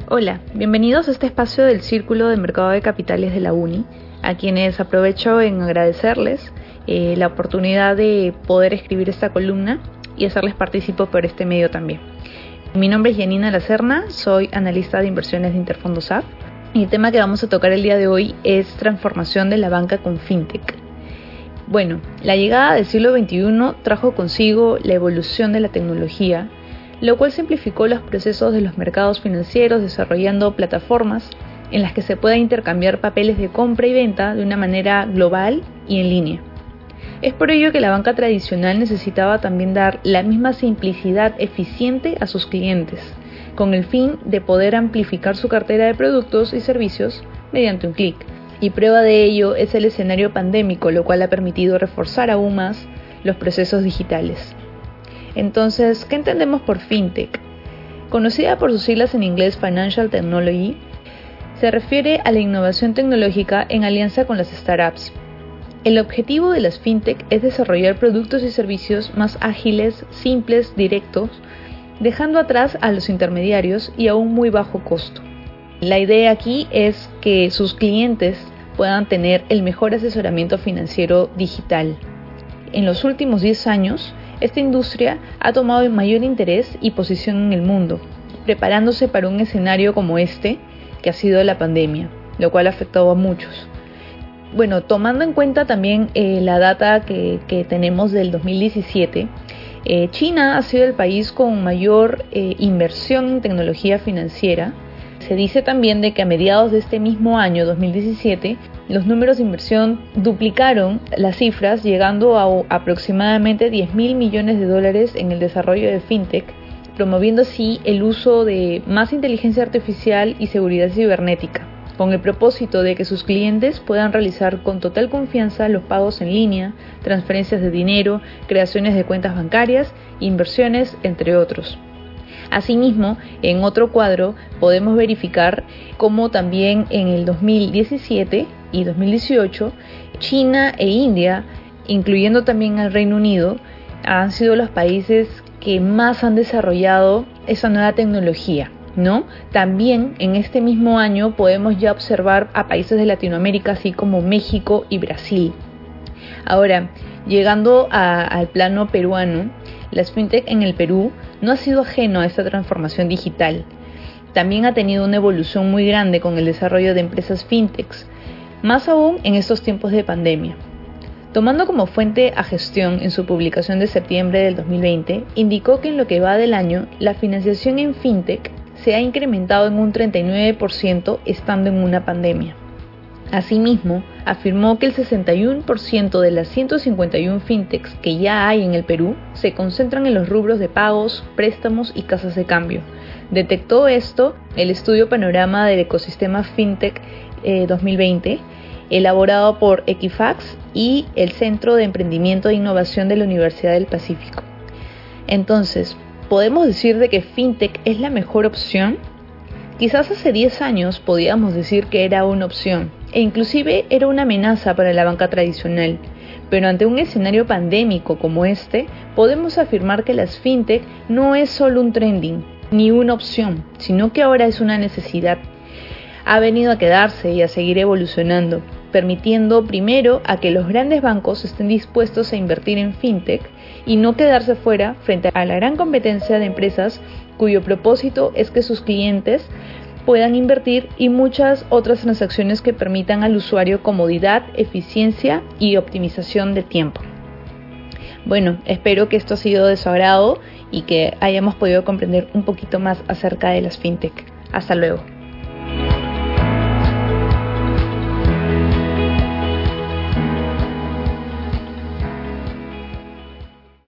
Hola, bienvenidos a este espacio del Círculo de Mercado de Capitales de la UNI, a quienes aprovecho en agradecerles la oportunidad de poder escribir esta columna y hacerles partícipe por este medio también. Mi nombre es Yanina Lacerna, soy analista de inversiones de Interfondo SAF y el tema que vamos a tocar el día de hoy es transformación de la banca con fintech. Bueno, la llegada del siglo XXI trajo consigo la evolución de la tecnología, lo cual simplificó los procesos de los mercados financieros desarrollando plataformas en las que se pueda intercambiar papeles de compra y venta de una manera global y en línea. Es por ello que la banca tradicional necesitaba también dar la misma simplicidad eficiente a sus clientes, con el fin de poder amplificar su cartera de productos y servicios mediante un clic. Y prueba de ello es el escenario pandémico, lo cual ha permitido reforzar aún más los procesos digitales. Entonces, ¿qué entendemos por fintech? Conocida por sus siglas en inglés Financial Technology, se refiere a la innovación tecnológica en alianza con las startups. El objetivo de las fintech es desarrollar productos y servicios más ágiles, simples, directos, dejando atrás a los intermediarios y a un muy bajo costo. La idea aquí es que sus clientes puedan tener el mejor asesoramiento financiero digital. En los últimos 10 años, esta industria ha tomado mayor interés y posición en el mundo, preparándose para un escenario como este, que ha sido la pandemia, lo cual ha afectado a muchos. Bueno, tomando en cuenta también la data que tenemos del 2017, China ha sido el país con mayor inversión en tecnología financiera. Se dice también de que a mediados de este mismo año, 2017, los números de inversión duplicaron las cifras, llegando a aproximadamente $10.000 millones en el desarrollo de fintech, promoviendo así el uso de más inteligencia artificial y seguridad cibernética, con el propósito de que sus clientes puedan realizar con total confianza los pagos en línea, transferencias de dinero, creaciones de cuentas bancarias, inversiones, entre otros. Asimismo, en otro cuadro podemos verificar cómo también en el 2017 y 2018, China e India, incluyendo también al Reino Unido, han sido los países que más han desarrollado esa nueva tecnología, ¿no? También en este mismo año podemos ya observar a países de Latinoamérica, así como México y Brasil. Ahora, llegando al plano peruano, las fintech en el Perú no ha sido ajeno a esta transformación digital. También ha tenido una evolución muy grande con el desarrollo de empresas fintechs, más aún en estos tiempos de pandemia. Tomando como fuente a Gestión en su publicación de septiembre del 2020, indicó que en lo que va del año, la financiación en fintech se ha incrementado en un 39% estando en una pandemia. Asimismo, afirmó que el 61% de las 151 fintechs que ya hay en el Perú se concentran en los rubros de pagos, préstamos y casas de cambio. Detectó esto el estudio Panorama del Ecosistema Fintech 2020, elaborado por Equifax y el Centro de Emprendimiento e Innovación de la Universidad del Pacífico. Entonces, ¿podemos decir de que fintech es la mejor opción? Quizás hace 10 años podíamos decir que era una opción, e inclusive era una amenaza para la banca tradicional, pero ante un escenario pandémico como este, podemos afirmar que las fintech no es solo un trending, ni una opción, sino que ahora es una necesidad. Ha venido a quedarse y a seguir evolucionando, permitiendo primero a que los grandes bancos estén dispuestos a invertir en fintech y no quedarse fuera frente a la gran competencia de empresas cuyo propósito es que sus clientes puedan invertir y muchas otras transacciones que permitan al usuario comodidad, eficiencia y optimización de tiempo. Bueno, espero que esto ha sido de su agrado y que hayamos podido comprender un poquito más acerca de las fintech. Hasta luego.